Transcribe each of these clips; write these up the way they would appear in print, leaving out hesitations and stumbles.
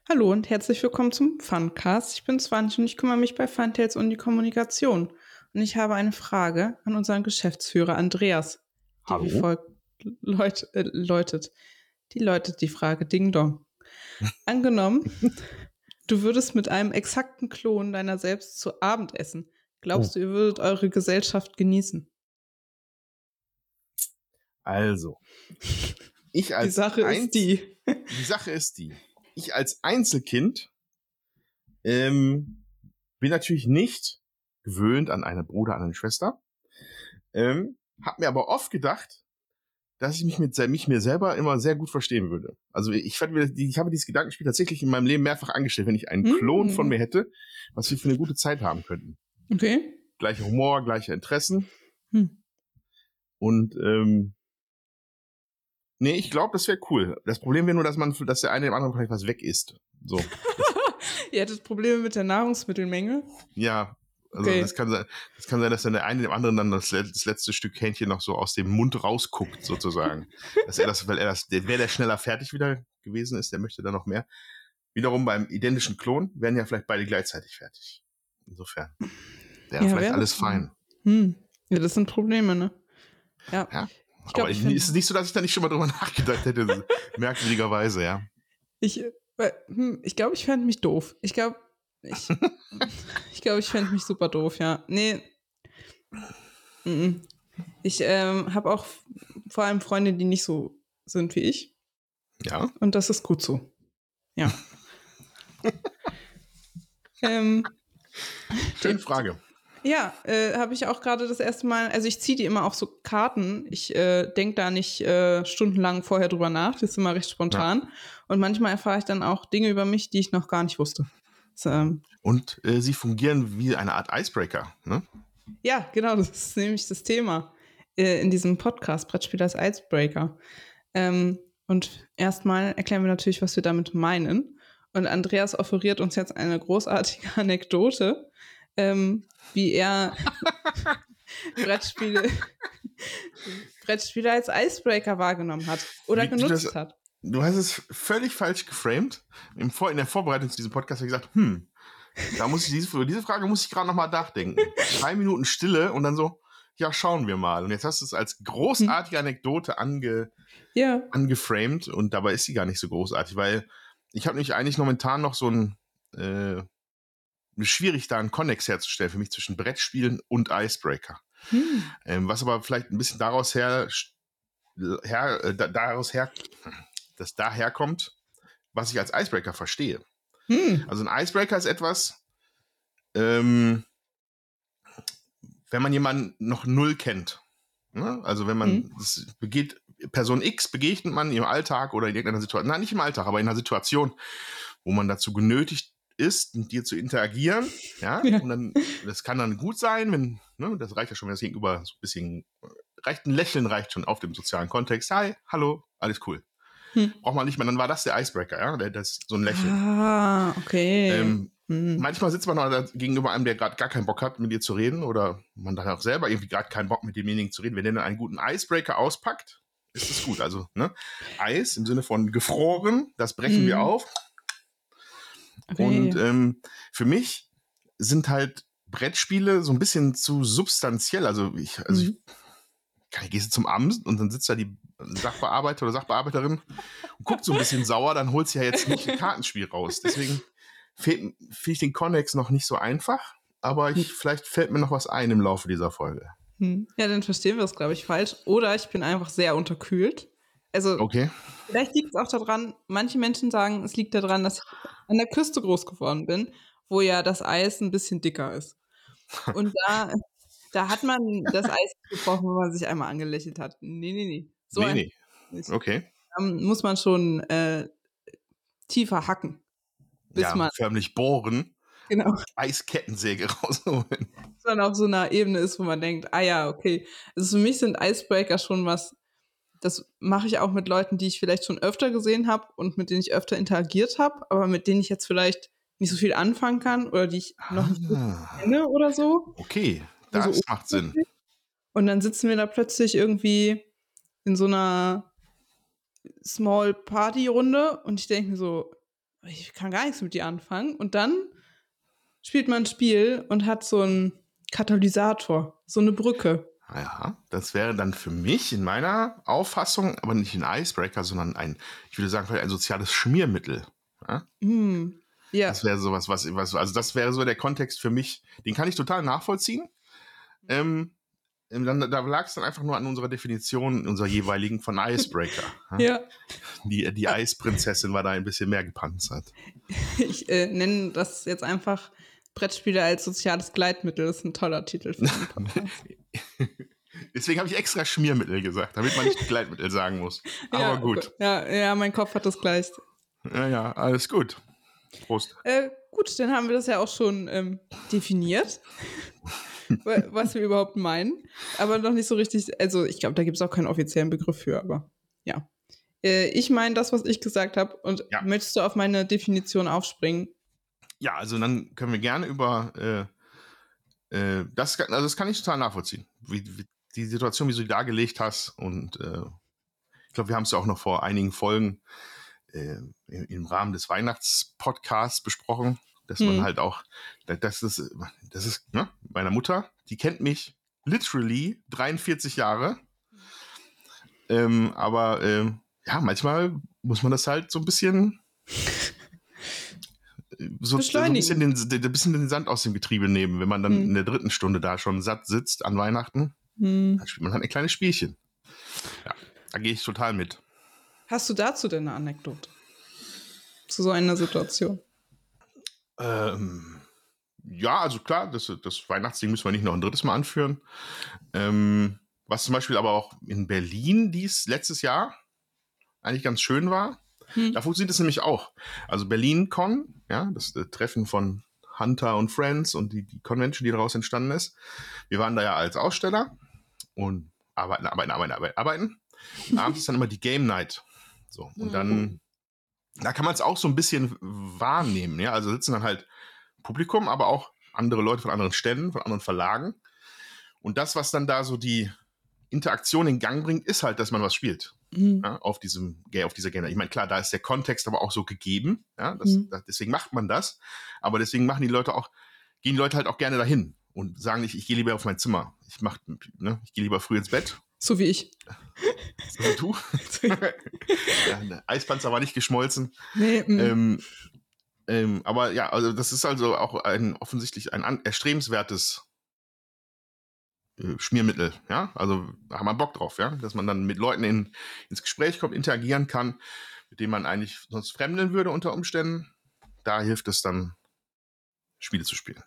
Hallo und herzlich willkommen zum Funcast. Ich bin Svanch und ich kümmere mich bei Funtails um die Kommunikation. Und ich habe eine Frage an unseren Geschäftsführer Andreas, die wie Hallo? folgt läutet. Die läutet die Frage Ding Dong. Angenommen, du würdest mit einem exakten Klon deiner selbst zu Abend essen. Oh, Glaubst du, ihr würdet eure Gesellschaft genießen? also, ich Die als Sache ist die. die Sache ist die, ich als Einzelkind ähm, bin natürlich nicht gewöhnt an einen Bruder, an eine Schwester, habe mir aber oft gedacht, dass ich mich mir selber immer sehr gut verstehen würde. Also ich habe dieses Gedankenspiel tatsächlich in meinem Leben mehrfach angestellt, wenn ich einen Klon von Hm, mir hätte, was wir für eine gute Zeit haben könnten. okay. Gleicher Humor, gleiche Interessen Hm. und nee, ich glaube, das wäre cool. Das Problem wäre nur, dass der eine dem anderen vielleicht was weg isst. So. Ihr hättet Probleme mit der Nahrungsmittelmenge? Ja, also Okay. das kann sein, dass dann der eine dem anderen dann das letzte Stück Hähnchen noch so aus dem Mund rausguckt, sozusagen. Wer der schneller fertig wieder gewesen ist, der möchte dann noch mehr. Wiederum beim identischen Klon werden ja vielleicht beide gleichzeitig fertig. Insofern wäre Ja, vielleicht wäre alles fein. Ja, das sind Probleme, ne? Ja. Ja. Ich Aber glaube, ist es nicht so, dass ich da nicht schon mal drüber nachgedacht hätte, merkwürdigerweise, ja. ich, ich glaube, ich fände mich doof. Ich, ich glaube, ich fände mich super doof, ja. Nee, ich habe auch vor allem Freunde, die nicht so sind wie ich. Ja, Und das ist gut so. Ja. ähm, schöne Frage. ja, habe ich auch gerade das erste Mal, also ich ziehe die immer auf so Karten. Ich denke da nicht stundenlang vorher drüber nach. Das ist immer recht Ja. spontan. Und manchmal erfahre ich dann auch Dinge über mich, die ich noch gar nicht wusste. Das, Und sie fungieren wie eine Art Icebreaker, ne? ja, genau, das ist nämlich das Thema in diesem Podcast, Brettspiel als Icebreaker. Und erstmal erklären wir natürlich, was wir damit meinen. Und Andreas offeriert uns jetzt eine großartige Anekdote, wie er Brettspiele, Brettspiele als Icebreaker wahrgenommen hat oder genutzt hat. Du hast es völlig falsch geframed. In der Vorbereitung zu diesem Podcast habe ich gesagt, über diese Frage muss ich gerade noch mal nachdenken. 3 Minuten Stille und dann so, ja, schauen wir mal. Und jetzt hast du es als großartige Anekdote Ja. angeframed und dabei ist sie gar nicht so großartig, weil ich habe nämlich eigentlich momentan noch so schwierig, da einen Konnex herzustellen für mich zwischen Brettspielen und Icebreaker. Was aber vielleicht ein bisschen dass daher kommt, was ich als Icebreaker verstehe. Also ein Icebreaker ist etwas, wenn man jemanden noch null kennt. Ne? Also wenn man Person X begegnet man im Alltag oder in irgendeiner Situation, nein, nicht im Alltag, aber in einer Situation, wo man dazu genötigt ist, mit dir zu interagieren, ja, Ja. und dann, das kann dann gut sein, das reicht ja schon, wenn das Gegenüber so ein bisschen, ein Lächeln reicht schon auf dem sozialen Kontext. Hi, hallo, alles cool. Braucht man nicht mehr, dann war das der Icebreaker, ja, das so ein Lächeln. Ah, okay. Manchmal sitzt man da gegenüber einem, der gerade gar keinen Bock hat, mit dir zu reden, oder man dann auch selber irgendwie gerade keinen Bock mit demjenigen zu reden. Wenn der dann einen guten Icebreaker auspackt, ist es gut. Also, ne? Eis im Sinne von gefroren, das brechen wir auf. Und Okay. für mich sind halt Brettspiele so ein bisschen zu substanziell. Ich gehe zum Amt und dann sitzt da die Sachbearbeiter oder Sachbearbeiterin und guckt so ein bisschen sauer, dann holt sie ja jetzt nicht ein Kartenspiel raus. Deswegen finde ich den Konnex noch nicht so einfach, aber vielleicht fällt mir noch was ein im Laufe dieser Folge. Ja, dann verstehen wir es, glaube ich, falsch. Oder ich bin einfach sehr unterkühlt. Also, Okay. vielleicht liegt es auch daran, manche Menschen sagen, es liegt daran, dass ich an der Küste groß geworden bin, wo ja das Eis ein bisschen dicker ist. Und da hat man das Eis gebrochen, wenn man sich einmal angelächelt hat. Nee. So Nee, einfach nee. nicht. Okay. Da muss man schon tiefer hacken, bis Ja, man, förmlich bohren, genau, Eiskettensäge rausholen. bis man auf so einer Ebene ist, wo man denkt, ah ja, okay. Also für mich sind Icebreaker schon was, das mache ich auch mit Leuten, die ich vielleicht schon öfter gesehen habe und mit denen ich öfter interagiert habe, aber mit denen ich jetzt vielleicht nicht so viel anfangen kann oder die ich noch nicht so gut Ah, kenne oder so. okay, Nur so das macht Sinn. oberflächlich. Und dann sitzen wir da plötzlich irgendwie in so einer Small Party Runde und ich denke mir so, ich kann gar nichts mit dir anfangen. Und dann spielt man ein Spiel und hat so einen Katalysator, so eine Brücke. Ja, das wäre dann für mich in meiner Auffassung aber nicht ein Icebreaker, sondern ich würde sagen, vielleicht ein soziales Schmiermittel. Ja? Ja. Das wäre sowas, also das wäre so der Kontext für mich, den kann ich total nachvollziehen. Da lag es dann einfach nur an unserer Definition, unserer jeweiligen von Icebreaker. Ja. Die Eisprinzessin war da ein bisschen mehr gepanzert. Ich nenne das jetzt einfach Brettspiele als soziales Gleitmittel. Das ist ein toller Titel für den Podcast. Deswegen habe ich extra Schmiermittel gesagt, damit man nicht Gleitmittel sagen muss. Aber ja, gut. Okay. Ja, mein Kopf hat das gleich. Ja, alles gut. Prost. Gut, dann haben wir das ja auch schon definiert, was wir überhaupt meinen. Aber noch nicht so richtig, also ich glaube, da gibt es auch keinen offiziellen Begriff für, aber ja. Ich meine das, was ich gesagt habe. Und möchtest du auf meine Definition aufspringen? Ja, also dann können wir gerne über das kann ich total nachvollziehen. Wie die Situation, wie du die dargelegt hast. Und ich glaube, wir haben es ja auch noch vor einigen Folgen im Rahmen des Weihnachtspodcasts besprochen, dass man halt auch, das ist ne, meiner Mutter, die kennt mich literally 43 Jahre. Aber manchmal muss man das halt so ein bisschen ein bisschen den Sand aus dem Getriebe nehmen, wenn man dann in der 3. Stunde da schon satt sitzt an Weihnachten. Dann spielt man halt ein kleines Spielchen. Ja, da gehe ich total mit. Hast du dazu denn eine Anekdote? Zu so einer Situation? Ja, also klar, das Weihnachtsding müssen wir nicht noch ein 3. Mal anführen. Was zum Beispiel aber auch in Berlin letztes Jahr eigentlich ganz schön war. Da funktioniert es nämlich auch. Also BerlinCon, ja, das Treffen von Hunter und Friends und die Convention, die daraus entstanden ist. Wir waren da ja als Aussteller und arbeiten. Und abends ist dann immer die Game Night. So, und dann, da kann man es auch so ein bisschen wahrnehmen. Ja? Also sitzen dann halt Publikum, aber auch andere Leute von anderen Ständen, von anderen Verlagen. Und das, was dann da so die Interaktion in Gang bringt, ist halt, dass man was spielt. Ja, auf dieser Game. Ich meine, klar, da ist der Kontext aber auch so gegeben. Ja, deswegen macht man das. Aber deswegen gehen die Leute halt auch gerne dahin und sagen nicht, ich gehe lieber auf mein Zimmer. Ich gehe lieber früh ins Bett. So wie ich. So wie du. Ja, der Eispanzer war nicht geschmolzen. Nee, aber ja, also das ist also auch offensichtlich ein erstrebenswertes Schmiermittel, ja, also da haben wir Bock drauf, ja, dass man dann mit Leuten ins Gespräch kommt, interagieren kann, mit denen man eigentlich sonst fremdeln würde unter Umständen. Da hilft es dann, Spiele zu spielen.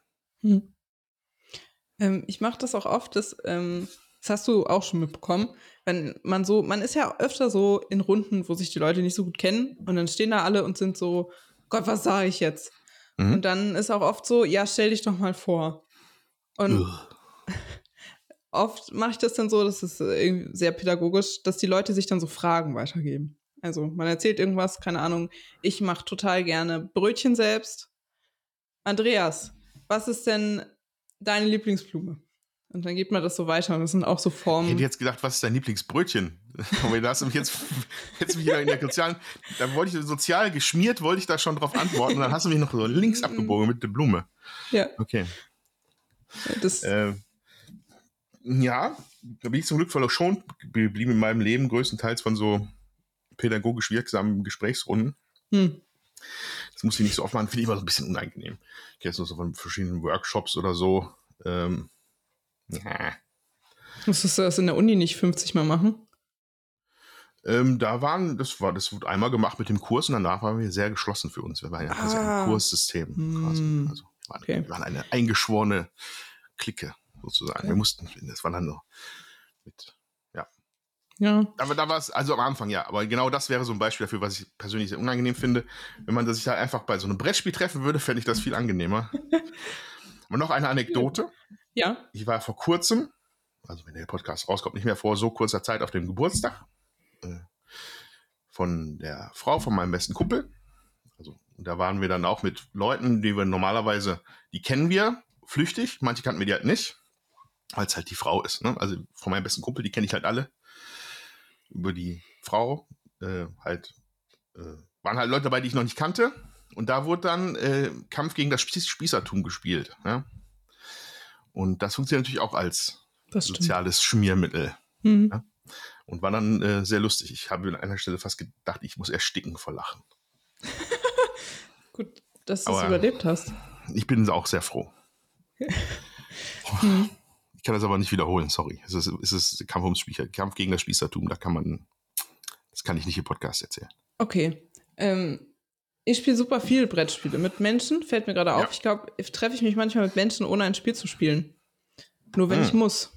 Ich mache das auch oft, das hast du auch schon mitbekommen, wenn man ist ja öfter so in Runden, wo sich die Leute nicht so gut kennen und dann stehen da alle und sind so, Gott, was sage ich jetzt? Und dann ist auch oft so, ja, stell dich doch mal vor. Und oft mache ich das dann so, das ist irgendwie sehr pädagogisch, dass die Leute sich dann so Fragen weitergeben. Also man erzählt irgendwas, keine Ahnung, ich mache total gerne Brötchen selbst. Andreas, was ist denn deine Lieblingsblume? Und dann geht man das so weiter und das sind auch so Formen. Ich hätte jetzt gedacht, was ist dein Lieblingsbrötchen? Aber da hast du mich jetzt wieder in der sozialen, da wollte ich sozial geschmiert, wollte ich da schon drauf antworten und dann hast du mich noch so links abgebogen mit der Blume. Ja. Okay. Ja, da bin ich zum Glück schon geblieben in meinem Leben, größtenteils von so pädagogisch wirksamen Gesprächsrunden. Das muss ich nicht so oft machen, finde ich immer so ein bisschen unangenehm. Ich kenne es nur so von verschiedenen Workshops oder so. Musstest du das in der Uni nicht 50 Mal machen? Das wurde einmal gemacht mit dem Kurs und danach waren wir sehr geschlossen für uns. Wir waren ja quasi ein Kurssystem. Quasi. Also wir waren eine eingeschworene Clique sozusagen. Okay. Wir mussten, das war dann so mit, ja. Aber da war es, also am Anfang, ja. Aber genau das wäre so ein Beispiel dafür, was ich persönlich sehr unangenehm finde. Wenn man sich da einfach bei so einem Brettspiel treffen würde, fände ich das viel angenehmer. Aber noch eine Anekdote. Ja. Ich war vor kurzem, also wenn der Podcast rauskommt, nicht mehr vor so kurzer Zeit auf dem Geburtstag von der Frau von meinem besten Kumpel. Also da waren wir dann auch mit Leuten, die wir normalerweise, die kennen wir flüchtig, manche kannten wir die halt nicht, weil es halt die Frau ist. Ne? Also von meinem besten Kumpel, die kenne ich halt alle. Über die Frau waren halt Leute dabei, die ich noch nicht kannte. Und da wurde dann Kampf gegen das Spießertum gespielt. Ja? Und das funktioniert natürlich auch als soziales Schmiermittel. Ja? Und war dann sehr lustig. Ich habe an einer Stelle fast gedacht, ich muss ersticken vor Lachen. Gut, dass du es überlebt hast. Ich bin auch sehr froh. Ich kann das aber nicht wiederholen, sorry. Es ist Kampf gegen das Spießertum. Das kann ich nicht im Podcast erzählen. Okay. Ich spiele super viel Brettspiele. Mit Menschen, fällt mir gerade auf. Ja. Ich glaube, treffe ich mich manchmal mit Menschen, ohne ein Spiel zu spielen. Nur wenn ich muss.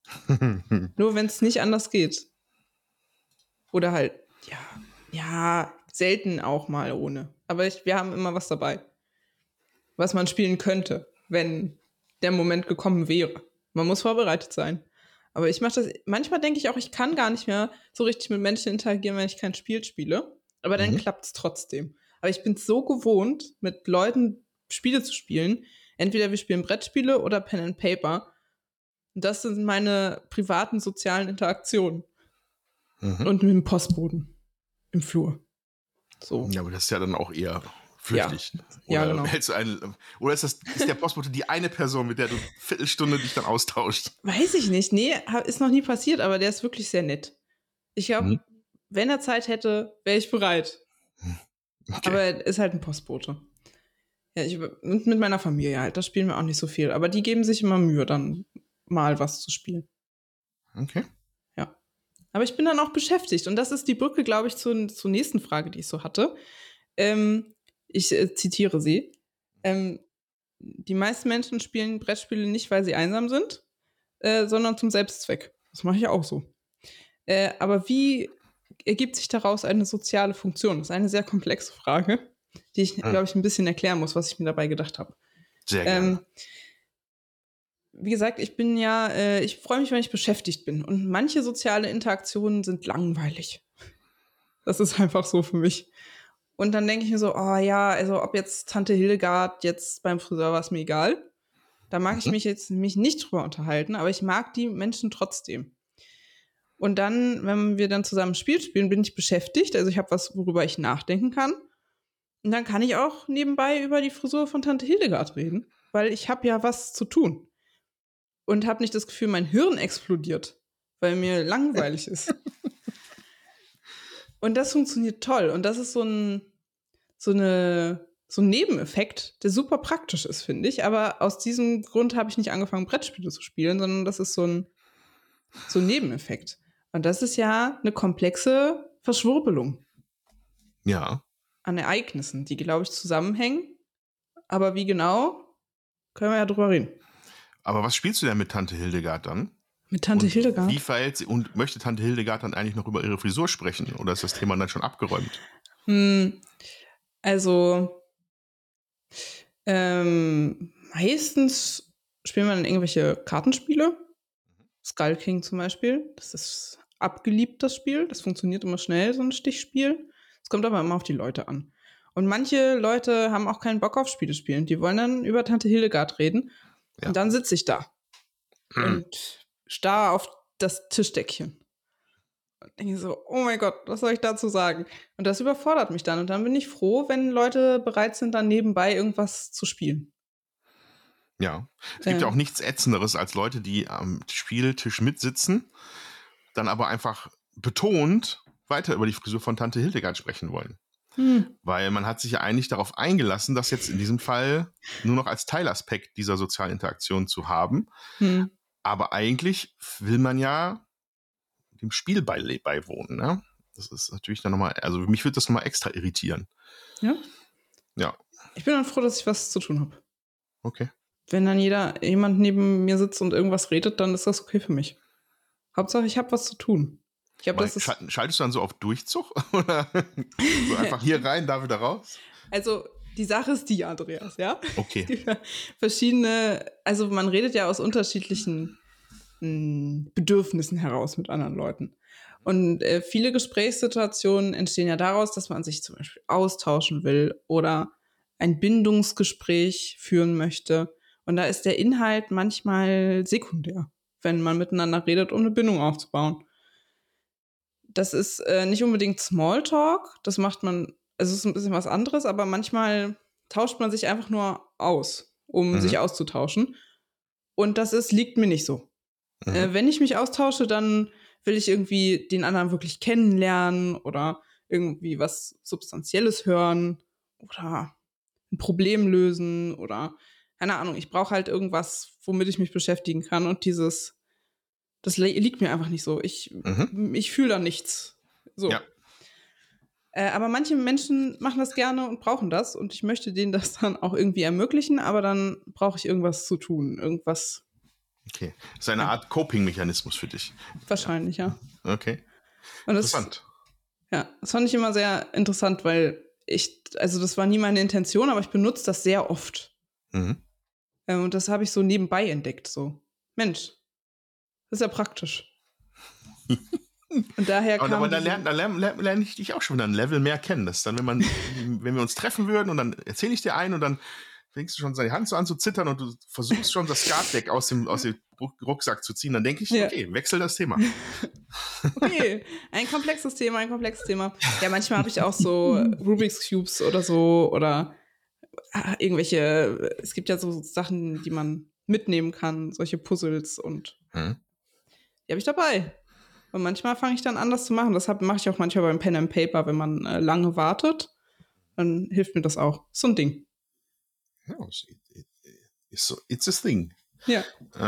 Nur wenn es nicht anders geht. Oder halt, ja, selten auch mal ohne. Aber wir haben immer was dabei. Was man spielen könnte, wenn der Moment gekommen wäre. Man muss vorbereitet sein. Aber ich mache das, manchmal denke ich auch, ich kann gar nicht mehr so richtig mit Menschen interagieren, wenn ich kein Spiel spiele. Aber dann klappt es trotzdem. Aber ich bin es so gewohnt, mit Leuten Spiele zu spielen. Entweder wir spielen Brettspiele oder Pen and Paper. Und das sind meine privaten sozialen Interaktionen. Und mit dem Postboden im Flur. So. Ja, aber das ist ja dann auch eher flüchtig. Ja, oder genau. Oder ist der Postbote die eine Person, mit der du eine Viertelstunde dich dann austauscht? Weiß ich nicht. Nee, ist noch nie passiert, aber der ist wirklich sehr nett. Ich glaube, wenn er Zeit hätte, wäre ich bereit. Okay. Aber er ist halt ein Postbote. Ja, und mit meiner Familie halt, da spielen wir auch nicht so viel. Aber die geben sich immer Mühe, dann mal was zu spielen. Okay. Ja. Aber ich bin dann auch beschäftigt. Und das ist die Brücke, glaube ich, zur nächsten Frage, die ich so hatte. Ich zitiere sie. Die meisten Menschen spielen Brettspiele nicht, weil sie einsam sind, sondern zum Selbstzweck. Das mache ich auch so. Aber wie ergibt sich daraus eine soziale Funktion? Das ist eine sehr komplexe Frage, die ich, glaube ich, ein bisschen erklären muss, was ich mir dabei gedacht habe. Sehr gerne. Wie gesagt, ich freue mich, wenn ich beschäftigt bin. Und manche soziale Interaktionen sind langweilig. Das ist einfach so für mich. Und dann denke ich mir so, oh ja, also ob jetzt Tante Hildegard jetzt beim Friseur war, ist mir egal. Da mag ich mich nicht drüber unterhalten, aber ich mag die Menschen trotzdem. Und dann, wenn wir dann zusammen ein Spiel spielen, bin ich beschäftigt. Also ich habe was, worüber ich nachdenken kann. Und dann kann ich auch nebenbei über die Frisur von Tante Hildegard reden, weil ich habe ja was zu tun. Und habe nicht das Gefühl, mein Hirn explodiert, weil mir langweilig ist. Und das funktioniert toll. Und das ist so ein Nebeneffekt, der super praktisch ist, finde ich. Aber aus diesem Grund habe ich nicht angefangen, Brettspiele zu spielen, sondern das ist so ein Nebeneffekt. Und das ist ja eine komplexe Verschwurbelung. Ja. An Ereignissen, die, glaube ich, zusammenhängen. Aber wie genau, können wir ja drüber reden. Aber was spielst du denn mit Tante Hildegard dann? Mit Tante Hildegard? Wie verhält sie, und möchte Tante Hildegard dann eigentlich noch über ihre Frisur sprechen? Oder ist das Thema dann schon abgeräumt? Also, meistens spielen wir dann irgendwelche Kartenspiele. Skull King zum Beispiel. Das ist abgeliebt, das Spiel. Das funktioniert immer schnell, so ein Stichspiel. Es kommt aber immer auf die Leute an. Und manche Leute haben auch keinen Bock auf Spiele spielen. Die wollen dann über Tante Hildegard reden. Ja. Und dann sitze ich da und starre auf das Tischdeckchen. Und denke so, oh mein Gott, was soll ich dazu sagen? Und das überfordert mich dann. Und dann bin ich froh, wenn Leute bereit sind, dann nebenbei irgendwas zu spielen. Ja, es gibt ja auch nichts Ätzenderes als Leute, die am Spieltisch mitsitzen, dann aber einfach betont weiter über die Frisur von Tante Hildegard sprechen wollen. Weil man hat sich ja eigentlich darauf eingelassen, das jetzt in diesem Fall nur noch als Teilaspekt dieser sozialen Interaktion zu haben. Aber eigentlich will man ja dem Spiel beiwohnen. Ne? Das ist natürlich dann nochmal, also mich würde das nochmal extra irritieren. Ja? Ja. Ich bin dann froh, dass ich was zu tun habe. Okay. Wenn dann jemand neben mir sitzt und irgendwas redet, dann ist das okay für mich. Hauptsache, ich habe was zu tun. Schaltest du dann so auf Durchzug? Oder so einfach hier rein, da wieder raus? Also, die Sache ist die, Andreas, ja? Okay. Es gibt ja verschiedene, also man redet ja aus unterschiedlichen Bedürfnissen heraus mit anderen Leuten. Und viele Gesprächssituationen entstehen ja daraus, dass man sich zum Beispiel austauschen will oder ein Bindungsgespräch führen möchte. Und da ist der Inhalt manchmal sekundär, wenn man miteinander redet, um eine Bindung aufzubauen. Das ist nicht unbedingt Smalltalk, das macht man also es ist ein bisschen was anderes, aber manchmal tauscht man sich einfach nur aus, um sich Mhm. auszutauschen. Und liegt mir nicht so. Mhm. Wenn ich mich austausche, dann will ich irgendwie den anderen wirklich kennenlernen oder irgendwie was Substanzielles hören oder ein Problem lösen oder keine Ahnung. Ich brauche halt irgendwas, womit ich mich beschäftigen kann. Und das liegt mir einfach nicht so. Mhm. Ich fühle da nichts. Ja. So. Aber manche Menschen machen das gerne und brauchen das. Und ich möchte denen das dann auch irgendwie ermöglichen, aber dann brauche ich irgendwas zu tun. Irgendwas, Okay. Das ist eine ja, Art Coping-Mechanismus für dich. wahrscheinlich, ja. Okay. Und Interessant. das fand ich immer sehr interessant, weil also das war nie meine Intention, aber ich benutze das sehr oft. Mhm. Und das habe ich so nebenbei entdeckt. So, Mensch, das ist ja praktisch. Und daher Aber kam da lerne ich dich auch schon wieder ein Level mehr kennen. Das ist dann, wenn wir uns treffen würden und dann erzähle ich dir einen und dann fängst du schon seine Hand so an zu zittern und du versuchst schon das Skatdeck aus dem Rucksack zu ziehen, dann denke ich, ja. okay, wechsel das Thema. Okay, ein komplexes Thema. Ja, manchmal habe ich auch so Rubik's Cubes oder so oder es gibt ja so Sachen, die man mitnehmen kann, solche Puzzles und Hm. die habe ich dabei. Und manchmal fange ich dann an, das zu machen. Das mache ich auch manchmal beim Pen and Paper, wenn man lange wartet, dann hilft mir das auch. So ein Ding. Ja, it's a thing. Ja.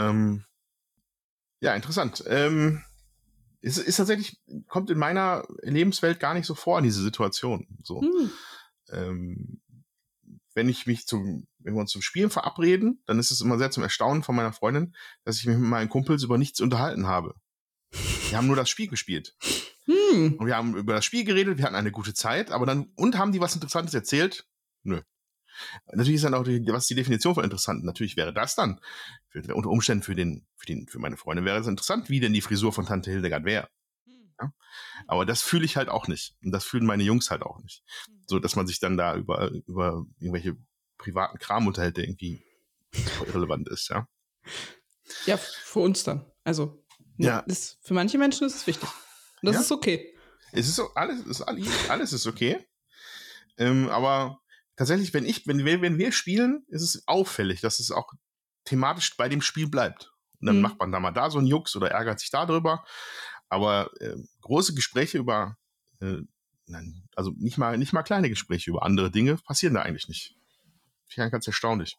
Ja, interessant. Ist tatsächlich, kommt in meiner Lebenswelt gar nicht so vor, diese Situation. So. Hm. Ähm, wenn wir uns zum Spielen verabreden, dann ist es immer sehr zum Erstaunen von meiner Freundin, dass ich mich mit meinen Kumpels über nichts unterhalten habe. Wir haben nur das Spiel gespielt. Und wir haben über das Spiel geredet, wir hatten eine gute Zeit, und haben die was Interessantes erzählt? Nö. Natürlich ist dann auch was ist die Definition von interessant? Natürlich wäre das dann, unter Umständen für meine Freundin wäre es interessant, wie denn die Frisur von Tante Hildegard wäre. Ja? Aber das fühle ich halt auch nicht. Und das fühlen meine Jungs halt auch nicht. So, dass man sich dann da über irgendwelche privaten Kram unterhält, der irgendwie irrelevant ist, ja. Ja, für uns dann. Also, Ja, für manche Menschen ist es wichtig. Und das ja. ist okay. Es ist so, alles ist okay. Aber tatsächlich, wenn wir spielen, ist es auffällig, dass es auch thematisch bei dem Spiel bleibt. Und dann macht man da mal da so einen Jux oder ärgert sich da drüber. Aber große Gespräche über, also nicht mal kleine Gespräche über andere Dinge passieren da eigentlich nicht. Finde ich ganz erstaunlich.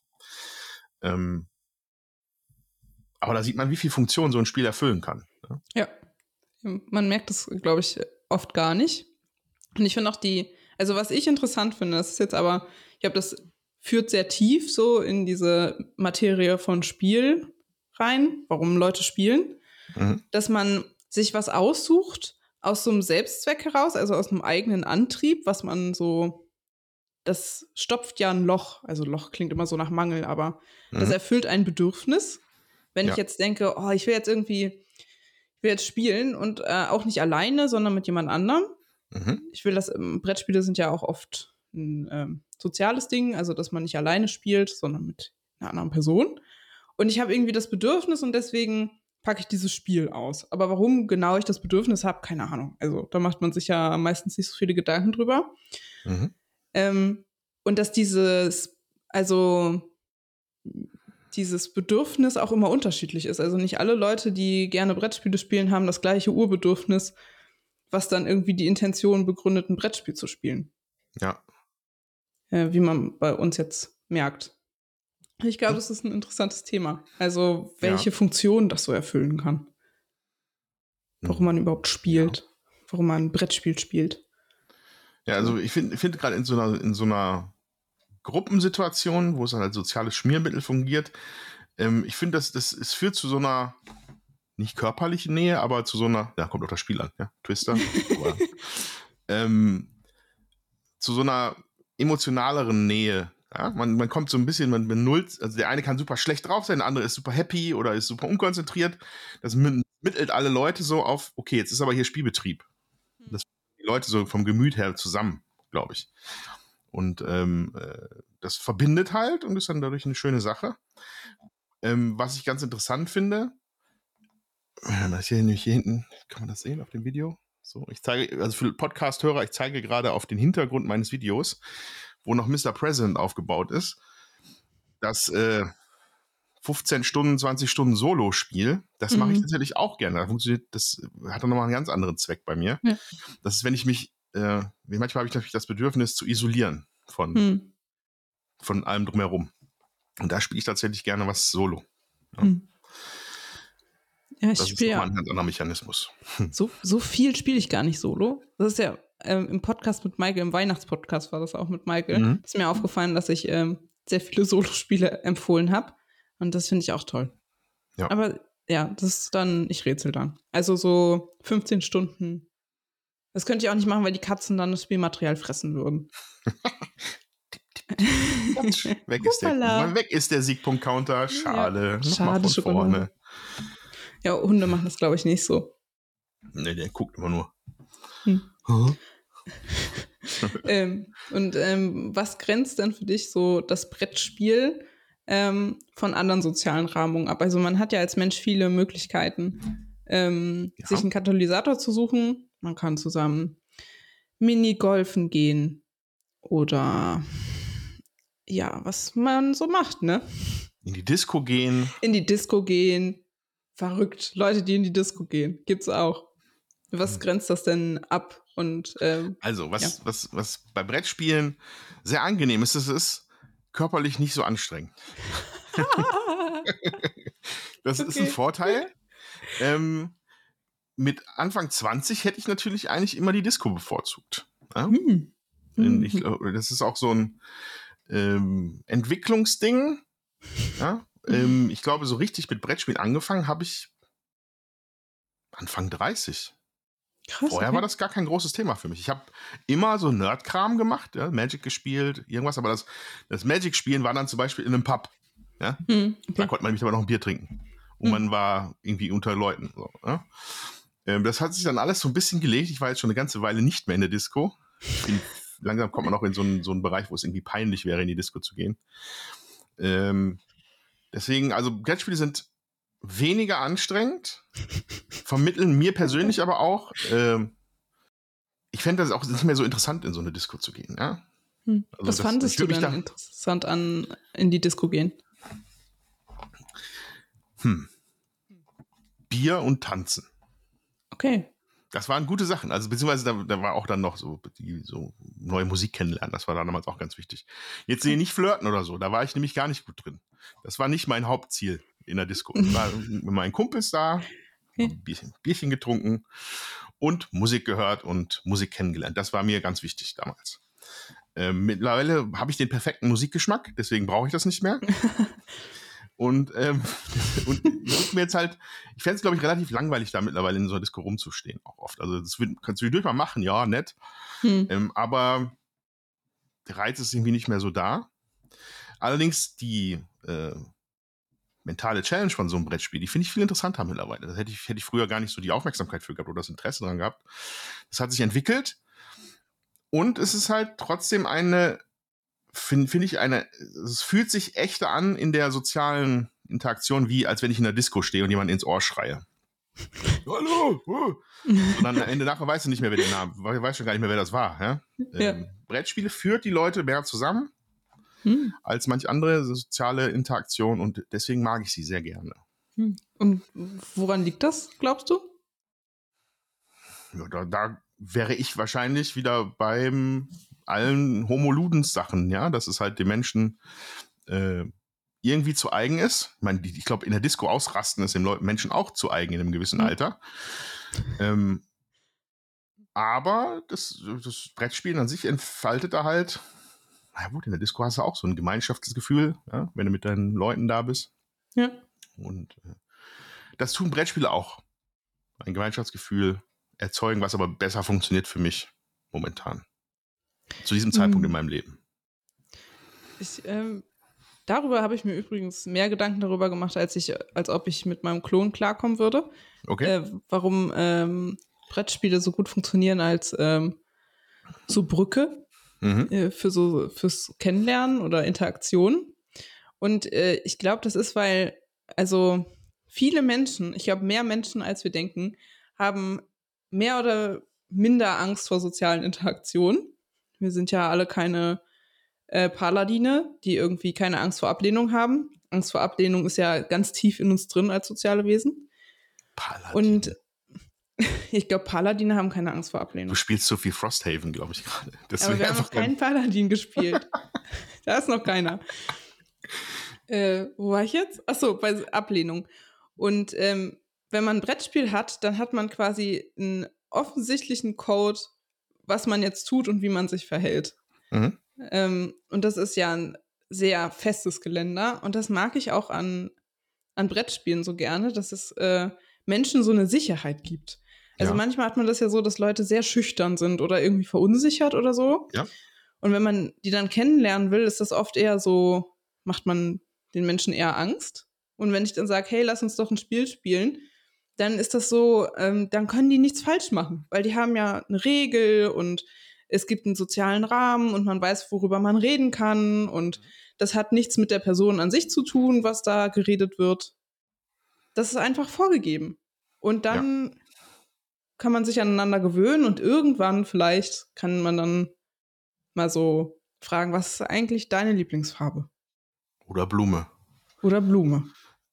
Aber da sieht man, wie viel Funktion so ein Spiel erfüllen kann. Ne? Ja. Man merkt das, glaube ich, oft gar nicht. Und ich finde auch also was ich interessant finde, das ist jetzt aber, ich glaube, das führt sehr tief so in diese Materie von Spiel rein, warum Leute spielen, dass man sich was aussucht aus so einem Selbstzweck heraus, also aus einem eigenen Antrieb, was man so, das stopft ja ein Loch, also Loch klingt immer so nach Mangel, aber das erfüllt ein Bedürfnis. Wenn ich jetzt denke, oh, ich will jetzt spielen und auch nicht alleine, sondern mit jemand anderem. Ich will Brettspiele sind ja auch oft ein soziales Ding, also dass man nicht alleine spielt, sondern mit einer anderen Person. Und ich habe irgendwie das Bedürfnis und deswegen packe ich dieses Spiel aus. Aber warum genau ich das Bedürfnis habe, keine Ahnung. Also da macht man sich ja meistens nicht so viele Gedanken drüber. Und dass dieses Bedürfnis auch immer unterschiedlich ist. Also nicht alle Leute, die gerne Brettspiele spielen, haben das gleiche Urbedürfnis, was dann irgendwie die Intention begründet, ein Brettspiel zu spielen. Ja. Wie man bei uns jetzt merkt. Ich glaube, das ist ein interessantes Thema. Also, welche Funktion das so erfüllen kann. Warum man überhaupt spielt. Warum man ein Brettspiel spielt. Ja, also ich finde gerade in so einer Gruppensituation, wo es halt als soziales Schmiermittel fungiert, ich finde, es führt zu so einer nicht körperlichen Nähe, aber zu so einer, da kommt auch das Spiel an, ja, Twister, aber, zu so einer emotionaleren Nähe. Ja? Man kommt so ein bisschen, man benullt, also der eine kann super schlecht drauf sein, der andere ist super happy oder ist super unkonzentriert. Das mittelt alle Leute so auf, okay, jetzt ist aber hier Spielbetrieb. Das die Leute so vom Gemüt her zusammen, glaube ich. Und das verbindet halt und ist dann dadurch eine schöne Sache. Was ich ganz interessant finde, das hier hinten, kann man das sehen auf dem Video? So, ich zeige, also für Podcast-Hörer, ich zeige gerade auf den Hintergrund meines Videos, wo noch Mr. President aufgebaut ist, das 15 Stunden, 20 Stunden Solo-Spiel, das mache ich natürlich auch gerne. Das hat dann nochmal einen ganz anderen Zweck bei mir. Ja. Das ist, wenn ich mich, manchmal habe ich natürlich das Bedürfnis zu isolieren von allem drumherum. Und da spiele ich tatsächlich gerne was Solo. Ja. Ja, das ist nochmal ein ganz anderer Mechanismus. So viel spiele ich gar nicht Solo. Das ist ja im Podcast mit Michael, im Weihnachtspodcast war das auch mit Michael. Ist mir aufgefallen, dass ich sehr viele Solo-Spiele empfohlen habe. Und das finde ich auch toll. Ja. Aber ja, das ist dann, ich rätsel dann. Also so 15 Stunden. Das könnte ich auch nicht machen, weil die Katzen dann das Spielmaterial fressen würden. Weg ist der Siegpunkt-Counter. Schade. Ja, schade, von vorne. Ja, Hunde machen das, glaube ich, nicht so. Nee, der guckt immer nur. Was grenzt denn für dich so das Brettspiel von anderen sozialen Rahmungen ab? Also man hat ja als Mensch viele Möglichkeiten, sich einen Katalysator zu suchen. Man kann zusammen Minigolfen gehen oder ja, was man so macht, ne? In die Disco gehen. Verrückt. Leute, die in die Disco gehen. Gibt's auch. Was grenzt das denn ab? Und also, was bei Brettspielen sehr angenehm ist, ist körperlich nicht so anstrengend. Das ist ein Vorteil. Mit Anfang 20 hätte ich natürlich eigentlich immer die Disco bevorzugt. Ja? Ich glaube, das ist auch so ein Entwicklungsding. Ja? Ich glaube, so richtig mit Brettspielen angefangen habe ich Anfang 30. Krass, vorher war das gar kein großes Thema für mich. Ich habe immer so Nerd-Kram gemacht, ja, Magic gespielt, irgendwas, aber das Magic-Spielen war dann zum Beispiel in einem Pub. Ja? Da konnte man nämlich aber noch ein Bier trinken. Und man war irgendwie unter Leuten. So, ja? Das hat sich dann alles so ein bisschen gelegt. Ich war jetzt schon eine ganze Weile nicht mehr in der Disco. Langsam kommt man auch in so einen Bereich, wo es irgendwie peinlich wäre, in die Disco zu gehen. Deswegen, also Brettspiele sind weniger anstrengend, vermitteln mir persönlich aber auch, ich fände das auch nicht mehr so interessant, in so eine Disco zu gehen. Ja? Also was fandest du denn interessant an in die Disco gehen? Bier und Tanzen. Okay. Das waren gute Sachen. Also beziehungsweise da war auch dann noch so neue Musik kennenlernen. Das war dann damals auch ganz wichtig. Jetzt sehe ich nicht flirten oder so. Da war ich nämlich gar nicht gut drin. Das war nicht mein Hauptziel in der Disco. Ich war mit meinen Kumpels da, ein Bierchen getrunken und Musik gehört und Musik kennengelernt. Das war mir ganz wichtig damals. Mittlerweile habe ich den perfekten Musikgeschmack, deswegen brauche ich das nicht mehr. Und ich mir jetzt halt, ich fände es, glaube ich, relativ langweilig, da mittlerweile in so einer Disco rumzustehen, auch oft. Also das kannst du durch mal machen, ja, nett. Aber der Reiz ist irgendwie nicht mehr so da. Allerdings die mentale Challenge von so einem Brettspiel, die finde ich viel interessanter mittlerweile. Das hätte ich früher gar nicht so die Aufmerksamkeit für gehabt oder das Interesse dran gehabt. Das hat sich entwickelt. Und es ist halt trotzdem finde ich es fühlt sich echter an in der sozialen Interaktion, wie als wenn ich in der Disco stehe und jemand ins Ohr schreie. Hallo! Und dann am Ende nachher weißt du nicht mehr, wer den Namen, weißt schon gar nicht mehr, wer das war. Ja? Brettspiele führt die Leute mehr zusammen als manch andere soziale Interaktion und deswegen mag ich sie sehr gerne. Und woran liegt das, glaubst du? Ja, da wäre ich wahrscheinlich wieder beim allen Homo-Ludens-Sachen, ja, dass es halt den Menschen irgendwie zu eigen ist. Ich meine, ich glaube, in der Disco ausrasten ist den Menschen auch zu eigen in einem gewissen Alter. Aber das Brettspielen an sich entfaltet da halt, na gut, in der Disco hast du auch so ein Gemeinschaftsgefühl, ja, wenn du mit deinen Leuten da bist. Ja. Und das tun Brettspiele auch. Ein Gemeinschaftsgefühl erzeugen, was aber besser funktioniert für mich momentan. Zu diesem Zeitpunkt in meinem Leben. Darüber habe ich mir übrigens mehr Gedanken darüber gemacht, als ob ich mit meinem Klon klarkommen würde. Okay. Warum Brettspiele so gut funktionieren als so Brücke fürs Kennenlernen oder Interaktion. Und ich glaube, das ist, weil viele Menschen, ich glaube mehr Menschen, als wir denken, haben mehr oder minder Angst vor sozialen Interaktionen. Wir sind ja alle keine Paladine, die irgendwie keine Angst vor Ablehnung haben. Angst vor Ablehnung ist ja ganz tief in uns drin als soziale Wesen. Paladin. Und ich glaube, Paladine haben keine Angst vor Du Ablehnung. spielst so viel Frosthaven, glaube ich gerade. Aber wir haben noch keinen Paladin gespielt. Da ist noch keiner. Wo war ich jetzt? Achso, bei Ablehnung. Und wenn man ein Brettspiel hat, dann hat man quasi einen offensichtlichen Code, was man jetzt tut und wie man sich verhält. Mhm. Und das ist ja ein sehr festes Geländer. Und das mag ich auch an Brettspielen so gerne, dass es Menschen so eine Sicherheit gibt. Also manchmal hat man das ja so, dass Leute sehr schüchtern sind oder irgendwie verunsichert oder so. Ja. Und wenn man die dann kennenlernen will, ist das oft eher so, macht man den Menschen eher Angst. Und wenn ich dann sage, hey, lass uns doch ein Spiel spielen, dann ist das so, dann können die nichts falsch machen, weil die haben ja eine Regel und es gibt einen sozialen Rahmen und man weiß, worüber man reden kann und das hat nichts mit der Person an sich zu tun, was da geredet wird. Das ist einfach vorgegeben. Und dann kann man sich aneinander gewöhnen und irgendwann vielleicht kann man dann mal so fragen, was ist eigentlich deine Lieblingsfarbe? Oder Blume. Oder Blume.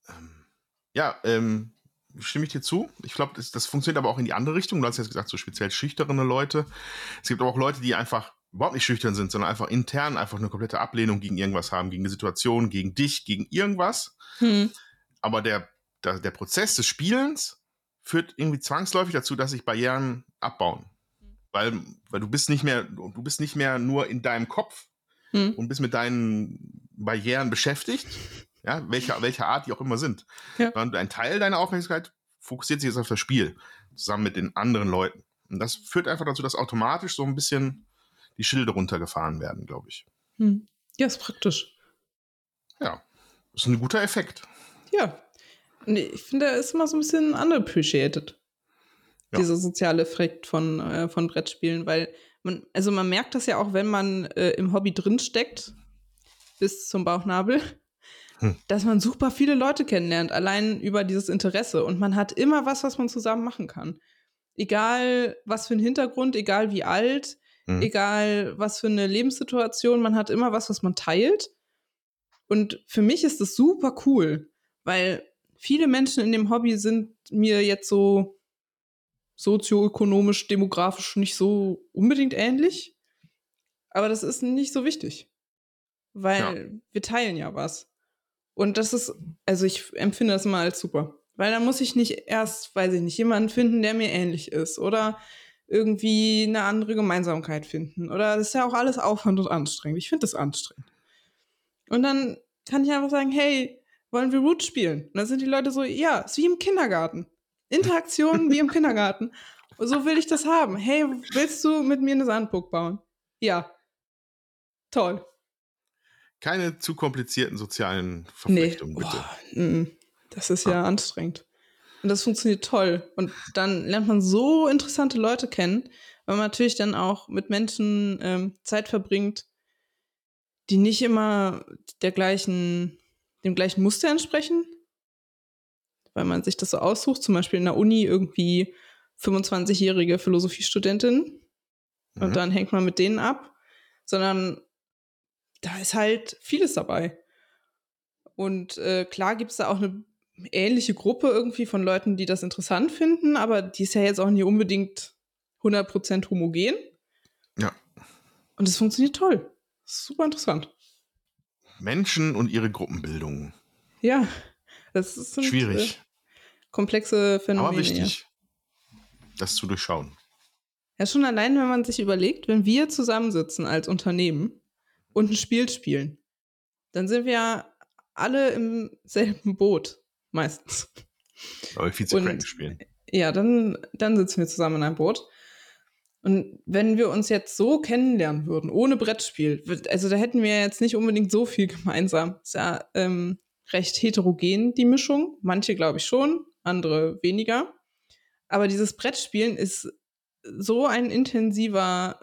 Stimme ich dir zu. Ich glaube, das funktioniert aber auch in die andere Richtung. Du hast jetzt gesagt, so speziell schüchterne Leute. Es gibt aber auch Leute, die einfach überhaupt nicht schüchtern sind, sondern einfach intern einfach eine komplette Ablehnung gegen irgendwas haben, gegen eine Situation, gegen dich, gegen irgendwas. Aber der Prozess des Spielens führt irgendwie zwangsläufig dazu, dass sich Barrieren abbauen. Weil du bist nicht mehr nur in deinem Kopf und bist mit deinen Barrieren beschäftigt, ja, welcher Art die auch immer sind. Ja. Sondern ein Teil deiner Aufmerksamkeit fokussiert sich jetzt auf das Spiel, zusammen mit den anderen Leuten. Und das führt einfach dazu, dass automatisch so ein bisschen die Schilde runtergefahren werden, glaube ich. Ja, ist praktisch. Ja, das ist ein guter Effekt. Ja. Und ich finde, er ist immer so ein bisschen unappreciated. Ja. Dieser soziale Effekt von Brettspielen, weil man merkt das ja auch, wenn man im Hobby drinsteckt, bis zum Bauchnabel, dass man super viele Leute kennenlernt, allein über dieses Interesse. Und man hat immer was man zusammen machen kann. Egal, was für ein Hintergrund, egal wie alt, egal, was für eine Lebenssituation, man hat immer was man teilt. Und für mich ist das super cool, weil viele Menschen in dem Hobby sind mir jetzt so sozioökonomisch, demografisch nicht so unbedingt ähnlich. Aber das ist nicht so wichtig, weil wir teilen ja was. Und das ist, also ich empfinde das immer als super. Weil dann muss ich nicht erst, weiß ich nicht, jemanden finden, der mir ähnlich ist oder irgendwie eine andere Gemeinsamkeit finden. Oder das ist ja auch alles Aufwand und anstrengend. Ich finde das anstrengend. Und dann kann ich einfach sagen, hey, wollen wir Root spielen? Und dann sind die Leute so, ja, ist wie im Kindergarten. Interaktion wie im Kindergarten. Und so will ich das haben. Hey, willst du mit mir eine Sandburg bauen? Ja. Toll. Keine zu komplizierten sozialen Verflechtungen, bitte. Das ist ja anstrengend. Und das funktioniert toll. Und dann lernt man so interessante Leute kennen, weil man natürlich dann auch mit Menschen Zeit verbringt, die nicht immer dem gleichen Muster entsprechen, weil man sich das so aussucht, zum Beispiel in der Uni irgendwie 25-jährige Philosophiestudentin und dann hängt man mit denen ab, sondern da ist halt vieles dabei. Und klar gibt es da auch eine ähnliche Gruppe irgendwie von Leuten, die das interessant finden, aber die ist ja jetzt auch nicht unbedingt 100% homogen. Ja. Und es funktioniert toll. Super interessant. Menschen und ihre Gruppenbildung. Ja, das ist schwierig. Komplexe Phänomene. Aber wichtig, das zu durchschauen. Ja, schon allein, wenn man sich überlegt, wenn wir zusammensitzen als Unternehmen und ein Spiel spielen, dann sind wir ja alle im selben Boot, meistens. Aber Vize-Crank spielen. Ja, dann sitzen wir zusammen in einem Boot. Und wenn wir uns jetzt so kennenlernen würden, ohne Brettspiel, also da hätten wir jetzt nicht unbedingt so viel gemeinsam. Ist ja recht heterogen, die Mischung. Manche glaube ich schon, andere weniger. Aber dieses Brettspielen ist so ein intensiver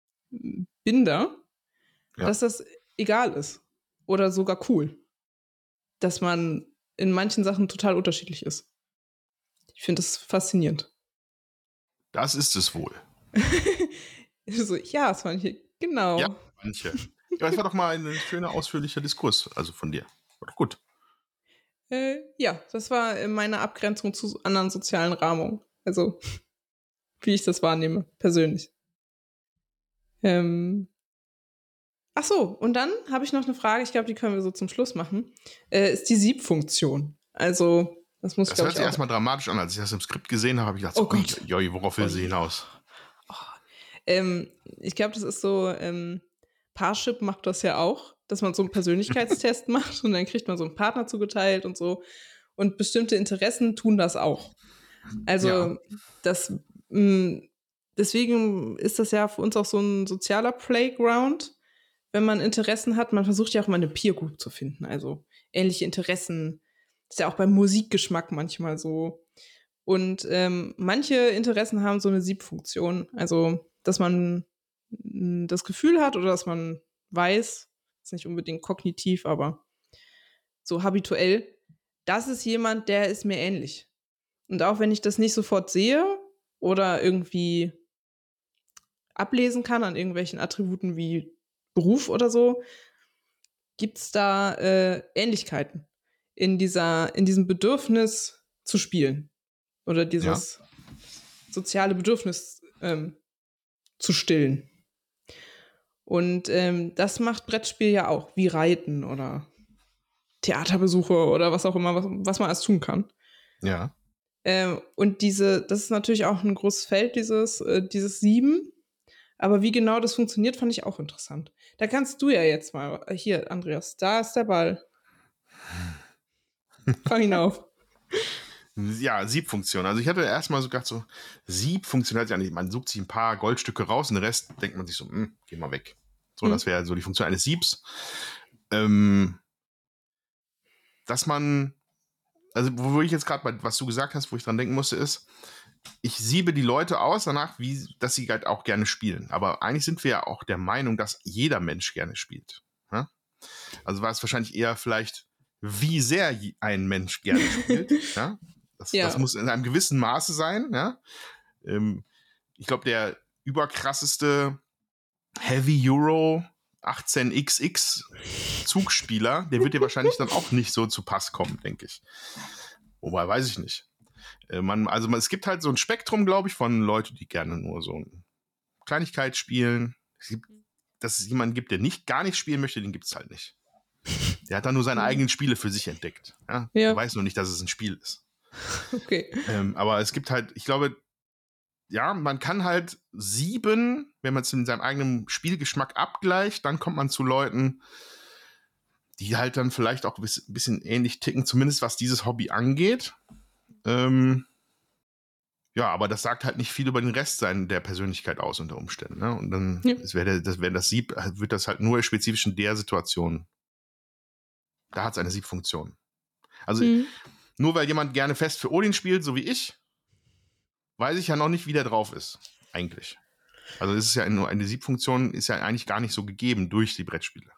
Binder, dass das egal ist. Oder sogar cool. Dass man in manchen Sachen total unterschiedlich ist. Ich finde das faszinierend. Das ist es wohl. So, ja, es waren hier, genau. Ja, manche. Ja, es war doch mal ein schöner, ausführlicher Diskurs, also von dir. War doch gut. Ja, das war meine Abgrenzung zu anderen sozialen Rahmungen. Also, wie ich das wahrnehme, persönlich. Ach so, und dann habe ich noch eine Frage, ich glaube, die können wir so zum Schluss machen. Ist die Siebfunktion. Also, das muss ich, Das glaube hört ich, sich auch. erstmal dramatisch an. Als ich das im Skript gesehen habe, habe ich gedacht, Oh so, ui, Gott. ui, worauf will sie hinaus? Ich glaube, das ist so, Parship macht das ja auch, dass man so einen Persönlichkeitstest macht und dann kriegt man so einen Partner zugeteilt und so. Und bestimmte Interessen tun das auch. Ja, Also, das, mh, deswegen ist das ja für uns auch so ein sozialer Playground, wenn man Interessen hat. Man versucht ja auch mal eine Peer Group zu finden, also ähnliche Interessen. Ist ja auch beim Musikgeschmack manchmal so. Und manche Interessen haben so eine Siebfunktion, also dass man das Gefühl hat oder dass man weiß, ist nicht unbedingt kognitiv, aber so habituell, das ist jemand, der ist mir ähnlich. Und auch wenn ich das nicht sofort sehe oder irgendwie ablesen kann an irgendwelchen Attributen wie Beruf oder so, gibt es da Ähnlichkeiten in diesem Bedürfnis zu spielen oder ja. dieses soziale Bedürfnis zu stillen. Und das macht Brettspiel ja auch, wie Reiten oder Theaterbesuche oder was auch immer, was man alles tun kann. Ja. Und das ist natürlich auch ein großes Feld, dieses Sieben. Aber wie genau das funktioniert, fand ich auch interessant. Da kannst du ja jetzt mal, hier, Andreas, da ist der Ball. Fang ihn auf. Ja, Siebfunktion. Also ich hatte erstmal so gedacht, so, Sieb funktioniert ja nicht. Man sucht sich ein paar Goldstücke raus und den Rest denkt man sich so, geh mal weg. So, das wäre so die Funktion eines Siebs. Dass man, also wo ich jetzt gerade, was du gesagt hast, wo ich dran denken musste, ist, ich siebe die Leute aus danach, dass sie halt auch gerne spielen. Aber eigentlich sind wir ja auch der Meinung, dass jeder Mensch gerne spielt. Ja? Also war es wahrscheinlich eher vielleicht, wie sehr ein Mensch gerne spielt. Ja? Das Ja. muss in einem gewissen Maße sein. Ja? Ich glaube, der überkrasseste Heavy Euro 18XX Zugspieler, der wird dir wahrscheinlich dann auch nicht so zu Pass kommen, denke ich. Wobei, weiß ich nicht. Es gibt halt so ein Spektrum, glaube ich, von Leuten, die gerne nur so eine Kleinigkeit spielen. Dass es jemanden gibt, der gar nicht spielen möchte, den gibt es halt nicht. Der hat dann nur seine eigenen Spiele für sich entdeckt. Ja? Ja. Er weiß nur nicht, dass es ein Spiel ist. Okay. Aber es gibt halt, ich glaube, ja, man kann halt sieben, wenn man es in seinem eigenen Spielgeschmack abgleicht, dann kommt man zu Leuten, die halt dann vielleicht auch ein bisschen ähnlich ticken, zumindest was dieses Hobby angeht. Ja, aber das sagt halt nicht viel über den Rest der Persönlichkeit aus unter Umständen. Ne? Und dann wenn das Sieb, wird das halt nur spezifisch in der Situation. Da hat es eine Siebfunktion. Also nur weil jemand gerne fest für Odin spielt, so wie ich, weiß ich ja noch nicht, wie der drauf ist. Eigentlich. Also es ist ja nur eine Siebfunktion, ist ja eigentlich gar nicht so gegeben durch die Brettspiele.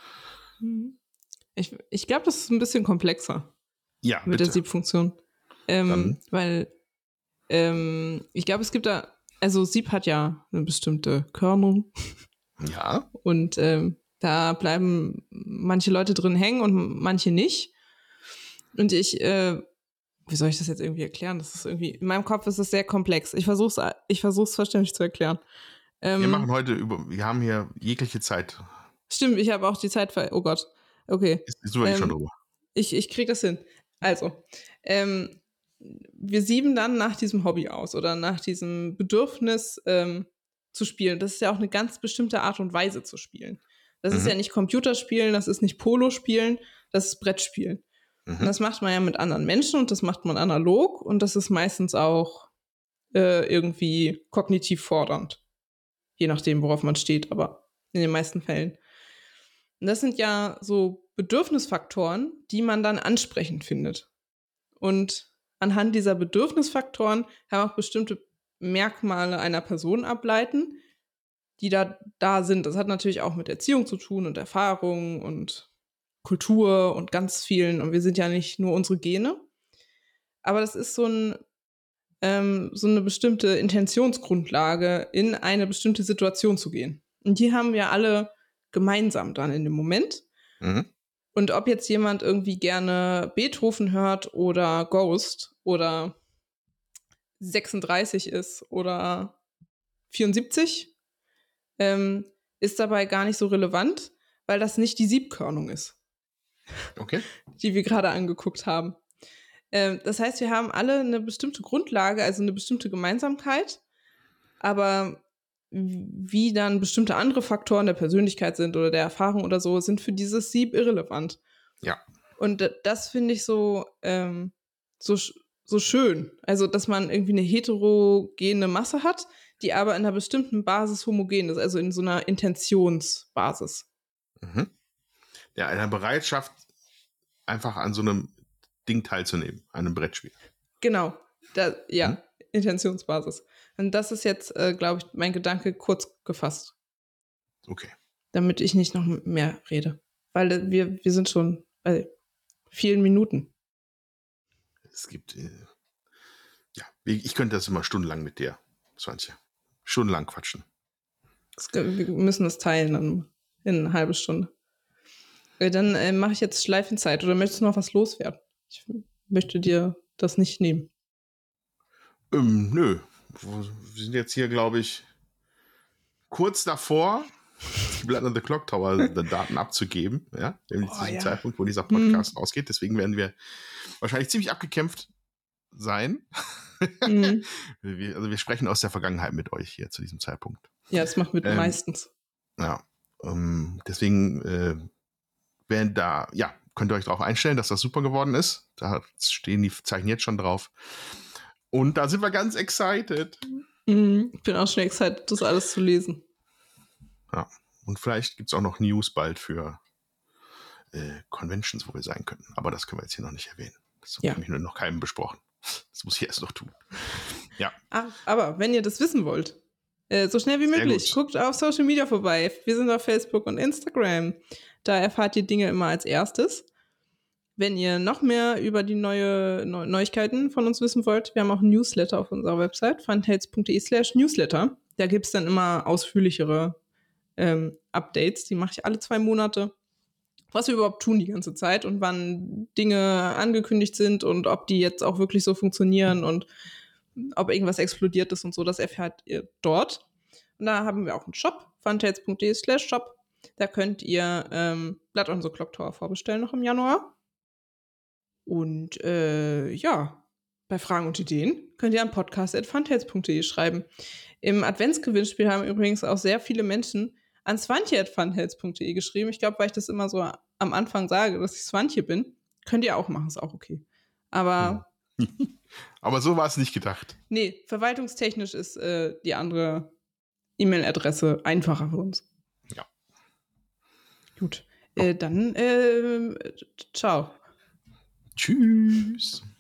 Ich glaube, das ist ein bisschen komplexer. Ja, mit bitte. der Siebfunktion. Weil ich glaube, es gibt da, also Sieb hat ja eine bestimmte Körnung. Ja. Und da bleiben manche Leute drin hängen und manche nicht. Und wie soll ich das jetzt irgendwie erklären? Das ist irgendwie, in meinem Kopf ist es sehr komplex. Ich versuch's verständlich zu erklären. Wir haben hier jegliche Zeit. Stimmt, ich habe auch die Zeit oh Gott. Okay. Ist wirklich schon drüber. Ich krieg das hin. Also, wir sieben dann nach diesem Hobby aus oder nach diesem Bedürfnis zu spielen. Das ist ja auch eine ganz bestimmte Art und Weise zu spielen. Das ist ja nicht Computerspielen, das ist nicht Polo-Spielen, das ist Brettspielen. Und das macht man ja mit anderen Menschen und das macht man analog und das ist meistens auch irgendwie kognitiv fordernd. Je nachdem, worauf man steht, aber in den meisten Fällen. Und das sind ja so Bedürfnisfaktoren, die man dann ansprechend findet. Und anhand dieser Bedürfnisfaktoren kann man auch bestimmte Merkmale einer Person ableiten, die da sind. Das hat natürlich auch mit Erziehung zu tun und Erfahrung und Kultur und ganz vielen. Und wir sind ja nicht nur unsere Gene. Aber das ist so ein so eine bestimmte Intentionsgrundlage in eine bestimmte Situation zu gehen. Und die haben wir alle gemeinsam dann in dem Moment. Mhm. Und ob jetzt jemand irgendwie gerne Beethoven hört oder Ghost oder 36 ist oder 74, ist dabei gar nicht so relevant, weil das nicht die Siebkörnung ist, Okay. die wir gerade angeguckt haben. Das heißt, wir haben alle eine bestimmte Grundlage, also eine bestimmte Gemeinsamkeit, aber wie dann bestimmte andere Faktoren der Persönlichkeit sind oder der Erfahrung oder so, sind für dieses Sieb irrelevant. Ja. Und das finde ich so schön. Also, dass man irgendwie eine heterogene Masse hat, die aber in einer bestimmten Basis homogen ist, also in so einer Intentionsbasis. Mhm. Ja, einer Bereitschaft, einfach an so einem Ding teilzunehmen, an einem Brettspiel. Genau. Intentionsbasis. Und das ist jetzt, glaube ich, mein Gedanke kurz gefasst. Okay. Damit ich nicht noch mehr rede. Weil wir sind schon bei vielen Minuten. Es gibt, ich könnte das immer stundenlang mit dir, Swantje. Stundenlang quatschen. Wir müssen das teilen dann in eine halbe Stunde. Dann mache ich jetzt Schleifenzeit. Oder möchtest du noch was loswerden? Ich möchte dir das nicht nehmen. Nö. Wir sind jetzt hier, glaube ich, kurz davor, die Blood on the Clock Tower Daten abzugeben. Ja? Zu diesem Zeitpunkt, wo dieser Podcast ausgeht. Deswegen werden wir wahrscheinlich ziemlich abgekämpft sein. Wir sprechen aus der Vergangenheit mit euch hier zu diesem Zeitpunkt. Ja, das machen wir meistens. Ja. Deswegen könnt ihr euch darauf einstellen, dass das super geworden ist. Da stehen die Zeichen jetzt schon drauf. Und da sind wir ganz excited. Ich bin auch schon excited, das alles zu lesen. Ja. Und vielleicht gibt es auch noch News bald für Conventions, wo wir sein könnten. Aber das können wir jetzt hier noch nicht erwähnen. Das habe ich noch keinem besprochen. Das muss ich erst noch tun. Ja. Aber wenn ihr das wissen wollt, so schnell wie möglich, guckt auf Social Media vorbei. Wir sind auf Facebook und Instagram. Da erfahrt ihr Dinge immer als erstes. Wenn ihr noch mehr über die Neuigkeiten von uns wissen wollt, wir haben auch ein Newsletter auf unserer Website, funtails.de/newsletter. Da gibt es dann immer ausführlichere Updates. Die mache ich alle 2 Monate. Was wir überhaupt tun die ganze Zeit und wann Dinge angekündigt sind und ob die jetzt auch wirklich so funktionieren und ob irgendwas explodiert ist und so, das erfährt ihr dort. Und da haben wir auch einen Shop, funtails.de/shop. Da könnt ihr Blood on the Clock Tower vorbestellen noch im Januar. Und bei Fragen und Ideen könnt ihr an podcast@funtails.de schreiben. Im Adventsgewinnspiel haben übrigens auch sehr viele Menschen an swantje@funtails.de geschrieben. Ich glaube, weil ich das immer so am Anfang sage, dass ich Swantje bin. Könnt ihr auch machen, ist auch okay. Aber aber so war es nicht gedacht. Nee, verwaltungstechnisch ist die andere E-Mail-Adresse einfacher für uns. Ja. Gut. Dann ciao. Tschüss.